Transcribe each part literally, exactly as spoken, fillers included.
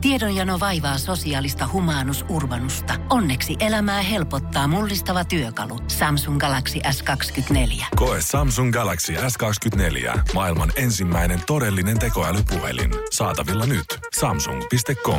Tiedonjano vaivaa sosiaalista humanus urbanusta. Onneksi elämää helpottaa mullistava työkalu. Samsung Galaxy S kaksikymmentäneljä. Koe Samsung Galaxy S kaksikymmentäneljä. Maailman ensimmäinen todellinen tekoälypuhelin. Saatavilla nyt. Samsung piste com.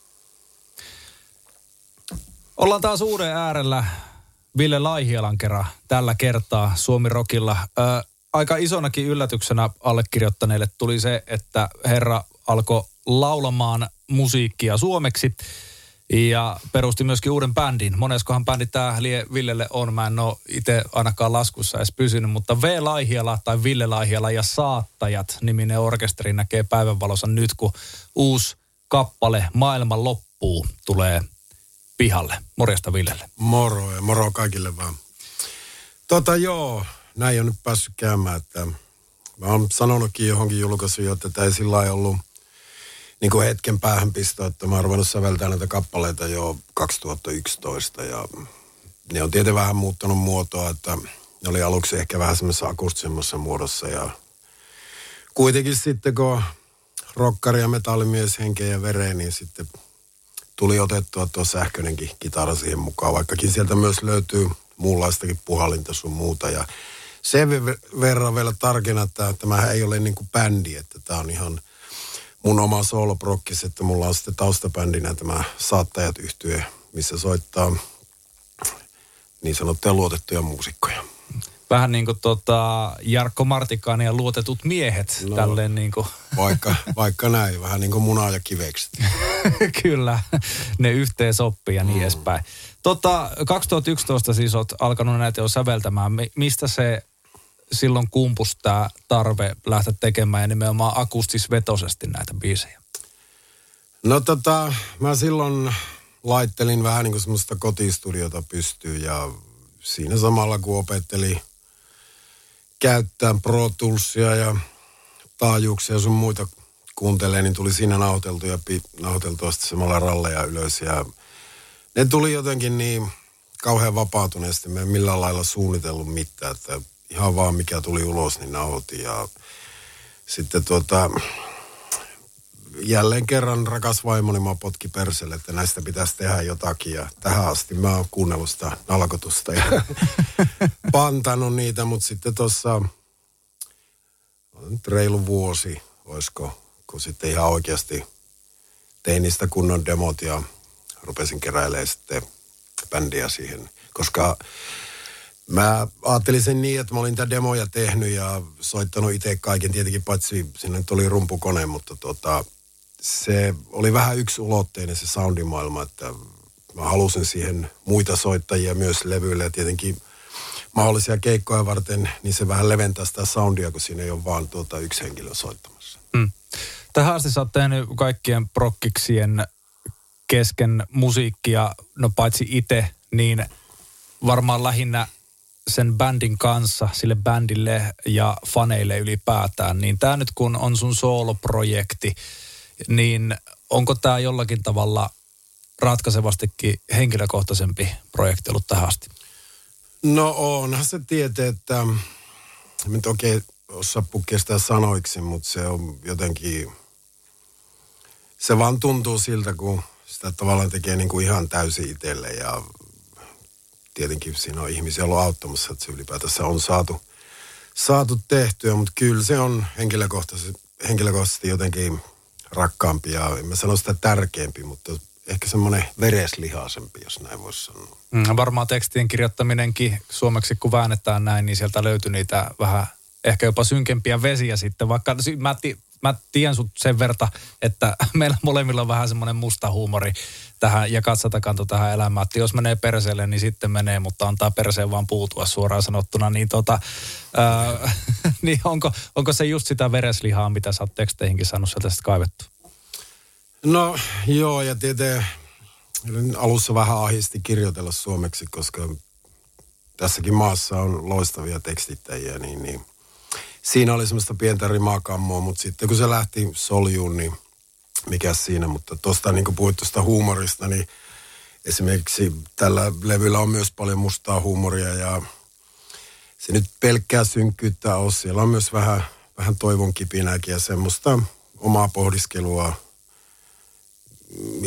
Ollaan taas uuden äärellä. Ville Laihielan kerran tällä kertaa Suomi Rockilla. Ö, aika isonakin yllätyksenä allekirjoittaneille tuli se, että herra alkoi laulamaan musiikkia suomeksi ja perusti myöskin uuden bändin. Moneskohan bändi tää lie Villelle on, mä en ole itse ainakaan laskussa edes pysynyt, mutta V. Laihiala tai Ville Laihiala ja Saattajat -niminen orkesteri näkee päivänvalossa nyt, kun uusi kappale Maailman loppuu tulee pihalle. Morjesta Villelle. Moro ja moro kaikille vaan. Tota joo, näin on nyt päässyt käymään, että mä oon sanonutkin johonkin julkaisuun, että tämä ei sillä lailla ollut niin kuin hetken päähän pisto, että mä oon ruvennut säveltämään näitä kappaleita jo kaksituhattayksitoista ja ne on tietenkin vähän muuttanut muotoa, että ne oli aluksi ehkä vähän semmoisessa akustisemmassa muodossa ja kuitenkin sitten kun rokkari ja metallimies henkeä ja vereen, niin sitten tuli otettua tuo sähköinenkin kitara siihen mukaan, vaikkakin sieltä myös löytyy muunlaistakin puhallinta sun muuta. Ja sen verran vielä tarkenna, että tämähän ei ole niin kuin bändi, että tämä on ihan mun oma sooloprokkis, että mulla on sitten taustabändinä tämä Saattajat -yhtye, missä soittaa niin sanottuja luotettuja muusikkoja. Vähän niin kuin tota Jarkko Martikainen ja Luotetut miehet. No, tälleen niin kuin. Vaikka, vaikka näin, vähän niin kuin munaa ja kivekset. Kyllä, ne yhteen sopii ja niin mm. edespäin. Tota, kaksituhattayksitoista siis olet alkanut näitä jo säveltämään. Mistä se silloin kumpus tämä tarve lähteä tekemään ja nimenomaan akustisvetosesti näitä biisejä? No tota, mä silloin laittelin vähän niin kuin semmoista kotistudiota pystyyn ja siinä samalla kun opetteli käyttää Pro Toolsia ja taajuuksia ja sun muita kuuntelee, niin tuli siinä nauhoiteltua, nauhoiteltua sitten samalla ralleja ylös. Ja ne tuli jotenkin niin kauhean vapautuneesti. Me ei millään lailla suunnitellut mitään, että ihan vaan mikä tuli ulos, niin nauhoitin. Ja sitten tuota, jälleen kerran rakas vaimoni mä potki perselle, että näistä pitäisi tehdä jotakin. Ja tähän asti mä oon kuunnellut sitä nalkotusta ja pantanut niitä, mutta sitten tuossa reilu vuosi, olisiko, kun sitten ihan oikeasti tein niistä kunnon demot ja rupesin keräilemään sitten bändiä siihen. Koska mä ajattelin sen niin, että mä olin niitä demoja tehnyt ja soittanut itse kaiken, tietenkin paitsi sinne tuli rumpukone, mutta tota, se oli vähän yksiulotteinen se soundimaailma, että mä halusin siihen muita soittajia myös levyille ja tietenkin mahdollisia keikkoja varten, niin se vähän leventää sitä soundia, kun siinä ei ole vaan tuota yksi henkilö soittamassa. Hmm. Tähän asti sä oot tehnyt kaikkien prokkiksien kesken musiikkia, no paitsi itse, niin varmaan lähinnä sen bändin kanssa, sille bändille ja faneille ylipäätään. Niin tää nyt kun on sun sooloprojekti, niin onko tää jollakin tavalla ratkaisevastikin henkilökohtaisempi projekti ollut tähän asti? No onhan se tietää, että en nyt oikein osaa pukea sitä sanoiksi, mutta se on jotenkin, se vaan tuntuu siltä, kun sitä tavallaan tekee niin kuin ihan täysin itselle ja tietenkin siinä on ihmisiä ollut auttamassa, että se ylipäätänsä on saatu, saatu tehtyä, mutta kyllä se on henkilökohtaisesti, henkilökohtaisesti jotenkin rakkaampi ja en mä sano sitä tärkeämpi, mutta ehkä semmoinen vereslihaisempi, jos näin voisi sanoa. Mm, varmaan tekstien kirjoittaminenkin suomeksi, kun väännetään näin, niin sieltä löytyy niitä vähän ehkä jopa synkempiä vesiä sitten. Vaikka mä, ti, mä tiedän sut sen verta, että meillä molemmilla on vähän semmoinen musta huumori tähän ja katsatakanto tähän elämään. Että jos menee perseelle, niin sitten menee, mutta antaa perseen vaan puutua suoraan sanottuna. Niin, tota, ää, niin onko, onko se just sitä vereslihaa, mitä sä oot teksteihinkin saanut sieltä sitten kaivettu? No joo, ja tietenkin alussa vähän ahisti kirjoitella suomeksi, koska tässäkin maassa on loistavia tekstittäjiä, niin, niin siinä oli semmoista pientä rimakammoa, mutta sitten kun se lähti soljuun, niin mikä siinä, mutta tuosta niin kuin puhuit tuosta huumorista, niin esimerkiksi tällä levyllä on myös paljon mustaa huumoria ja se nyt pelkkää synkkyyttä on. Siellä on myös vähän, vähän toivon kipinääkin ja semmoista omaa pohdiskelua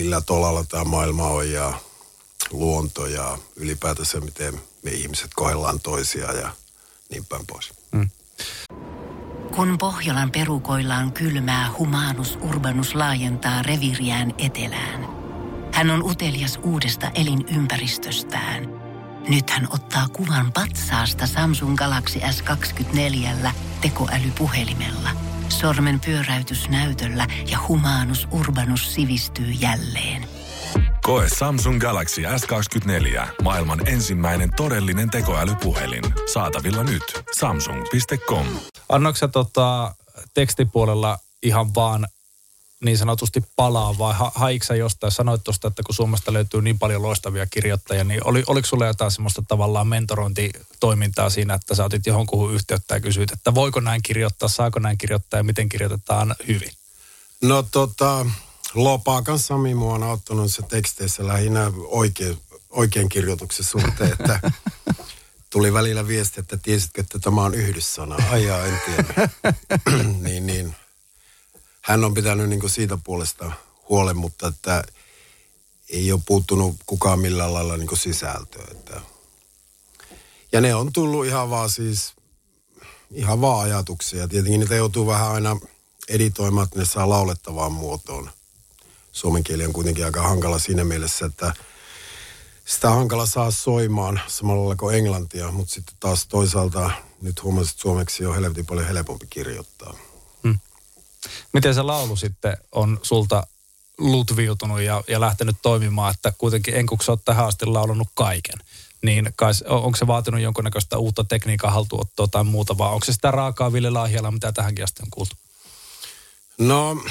millä tolalla tämä maailma on ja luonto ja ylipäätänsä miten me ihmiset kohdellaan toisiaan ja niin päin pois. Mm. Kun Pohjolan perukoillaan kylmää, Humanus Urbanus laajentaa reviiriään etelään. Hän on utelias uudesta elinympäristöstään. Nyt hän ottaa kuvan patsaasta Samsung Galaxy S kaksikymmentäneljä tekoälypuhelimella. Sormen pyöräytys näytöllä ja Humanus Urbanus sivistyy jälleen. Koe Samsung Galaxy S kaksikymmentäneljä, maailman ensimmäinen todellinen tekoälypuhelin. Saatavilla nyt. samsung piste com. Annoiko sä tota, tekstipuolella ihan vaan niin sanotusti palaa vai ha- haiko sä jostain? Sanoit tuosta, että kun Suomesta löytyy niin paljon loistavia kirjoittajia, niin oli, oliko sulla jotain semmoista tavallaan mentorointitoimintaa siinä, että sä otit johonkuhun yhteyttä ja kysyit, että voiko näin kirjoittaa, saako näin kirjoittaa ja miten kirjoitetaan hyvin? No tota, Lopaakan Sami mua on auttanut se teksteissä lähinnä oikein, oikein kirjoituksen suhteen, että tuli välillä viesti, että tiesitkö, että tämä on yhdyssana. Ai jaa, en tiedä. niin, niin. Hän on pitänyt niin kuin siitä puolesta huolen, mutta että ei ole puuttunut kukaan millään lailla niin kuin sisältöä. Että. Ja ne on tullut ihan vaan siis, ihan vaan ajatuksia. Tietenkin niitä joutuu vähän aina editoimaan, että ne saa laulettavaan muotoon. Suomen kieli on kuitenkin aika hankala siinä mielessä, että sitä on hankala saa soimaan samalla lailla kuin englantia, mutta sitten taas toisaalta nyt huomasin, että suomeksi on helvetin paljon helpompi kirjoittaa. Hmm. Miten se laulu sitten on sulta lutviutunut ja, ja lähtenyt toimimaan, että kuitenkin enkuksi sä oot tähän asti laulunut kaiken, niin kai, onko se vaatinut jonkunnäköistä uutta tekniikan haltuottoa tai muuta, vai onko se sitä raakaa Ville Laihialaa, mitä tähänkin asti on kuultu? No,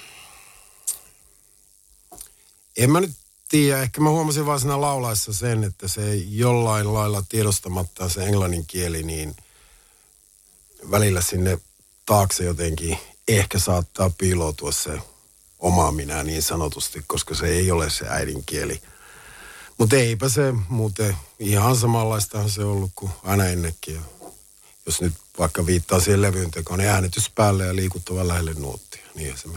en mä nyt tiedä. Ehkä mä huomasin vaan siinä laulaessa sen, että se jollain lailla tiedostamatta se englannin kieli, niin välillä sinne taakse jotenkin ehkä saattaa piiloutua se oma minä niin sanotusti, koska se ei ole se äidinkieli. Mutta eipä se muuten ihan samanlaistahan se ollut kuin aina ennenkin. Jos nyt vaikka viittaa siihen levyyn tekoon, niin äänitys päälle ja liikuttava lähelle nuottia. Niin se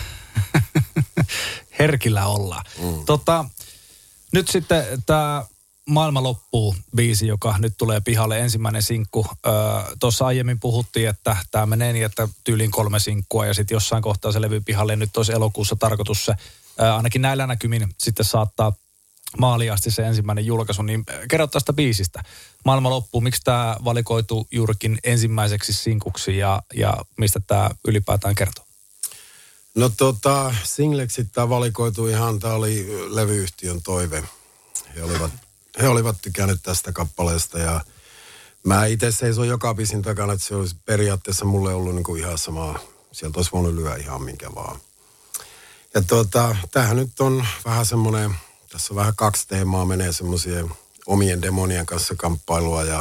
herkillä ollaan. Mm. Tota, nyt sitten tämä Maailma loppuu -biisi, joka nyt tulee pihalle, ensimmäinen sinkku. Öö, Tuossa aiemmin puhuttiin, että tämä menee niin, että tyyliin kolme sinkkua ja sitten jossain kohtaa se levy pihalle. Nyt olisi elokuussa tarkoitus se, öö, ainakin näillä näkymin sitten saattaa maaliin asti se ensimmäinen julkaisu. Niin kerro tästä biisistä. Maailma loppuu, miksi tämä valikoitu juurikin ensimmäiseksi sinkuksi ja, ja mistä tämä ylipäätään kertoo? No tota, singleksi tämä valikoitu ihan, tämä oli levyyhtiön toive. He olivat, he olivat tykänneet tästä kappaleesta ja mä itse seison joka biisin takana, että se olisi periaatteessa mulle ollut niin kuin ihan samaa. Sieltä olisi voinut lyödä ihan minkä vaan. Ja tota, tämähän nyt on vähän semmoinen, tässä on vähän kaksi teemaa, menee semmoisia omien demonien kanssa kamppailua ja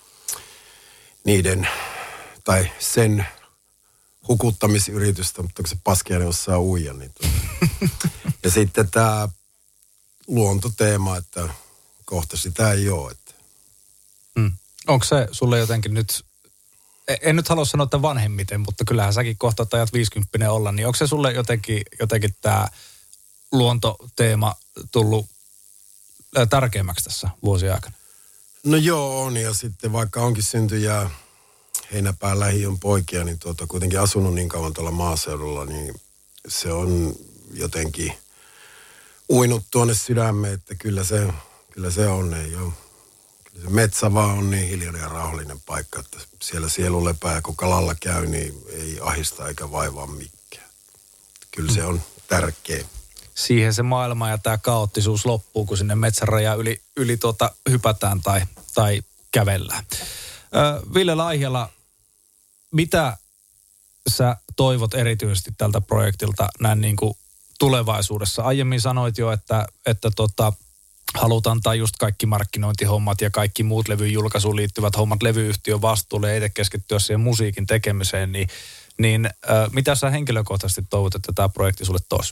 niiden, tai sen hukuttamisyritystä, mutta kun se paskiainen osaa uija, niin tuota. Ja sitten tämä luontoteema, että kohta sitä ei ole. Että. Mm. Onko se sulle jotenkin nyt, en nyt halua sanoa, että vanhemmiten, mutta kyllähän säkin kohta ajat viisikymppinen olla, niin onko se sulle jotenkin, jotenkin tämä luontoteema tullut tärkeämmäksi tässä vuosien aikana? No joo, on, ja sitten vaikka onkin syntyjä Heinäpään lähiön poikia, niin tuota, kuitenkin asunut niin kauan tuolla maaseudulla, niin se on jotenkin uinut tuonne sydämeen, että kyllä se, kyllä se on. Ei ole. Kyllä se metsä vaan on niin hiljainen ja rauhallinen paikka, että siellä sielu lepää ja kun kalalla käy, niin ei ahista eikä vaivaa mikään. Kyllä se on tärkeä. Siihen se maailma ja tämä kaoottisuus loppuu, kun sinne metsänrajan yli, yli tuota hypätään tai, tai kävellään. Ö, Ville Laihiala, mitä sä toivot erityisesti tältä projektilta näin niin kuin tulevaisuudessa? Aiemmin sanoit jo, että, että tota, haluat antaa just kaikki markkinointihommat ja kaikki muut levyn julkaisuun liittyvät hommat levyyhtiön vastuulle ja itse keskittyä siihen musiikin tekemiseen. Niin, niin ö, mitä sä henkilökohtaisesti toivot, että tämä projekti sulle toisi?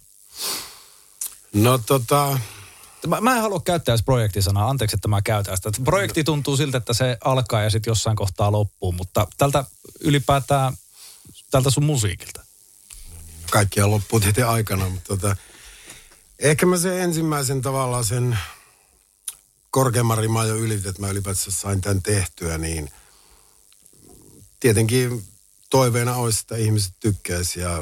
No tota... Mä, mä en halua käyttää edes projektisanaa, anteeksi, että mä käytän sitä. Projekti tuntuu siltä, että se alkaa ja sitten jossain kohtaa loppuu, mutta tältä ylipäätään, tältä sun musiikilta. Kaikkia loppuu tietenkin aikana, mutta tota, Ehkä mä sen ensimmäisen tavallaan sen korkeamman riman jo ylitin, että mä ylipäätään sain tämän tehtyä, niin tietenkin toiveena olisi, että ihmiset tykkäisi ja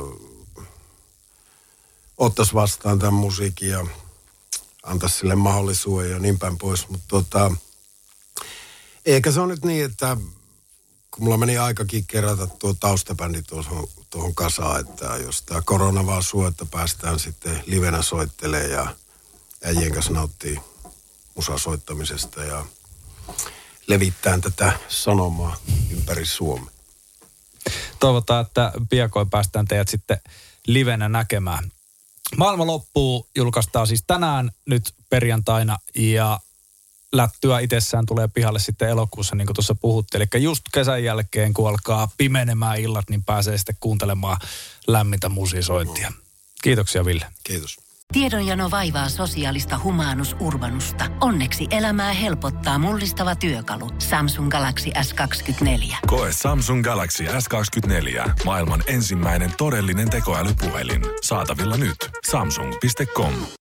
ottaisi vastaan tämän musiikin ja antaisi sille mahdollisuuden ja niin päin pois. Mutta tota, ehkä se on nyt niin, että kun mulla meni aikakin kerätä tuo taustabändi tuohon, tuohon kasaan, että jos tämä korona vaan suo, että päästään sitten livenä soittelemaan ja äijien kanssa nauttii musasoittamisesta ja levittää tätä sanomaa ympäri Suomea. Toivotaan, että piakoin päästään teidät sitten livenä näkemään. Maailma loppuu julkaistaan siis tänään nyt perjantaina ja lättyä itsessään tulee pihalle sitten elokuussa, niin kuin tuossa puhuttiin. Eli just kesän jälkeen, kun alkaa pimenemään illat, niin pääsee sitten kuuntelemaan lämmintä musiisointia. Kiitoksia, Ville. Kiitos. Tiedonjano vaivaa sosiaalista humanus urbanusta. Onneksi elämää helpottaa mullistava työkalu. Samsung Galaxy S kaksikymmentäneljä. Koe Samsung Galaxy S kaksikymmentäneljä. Maailman ensimmäinen todellinen tekoälypuhelin. Saatavilla nyt. Samsung piste com.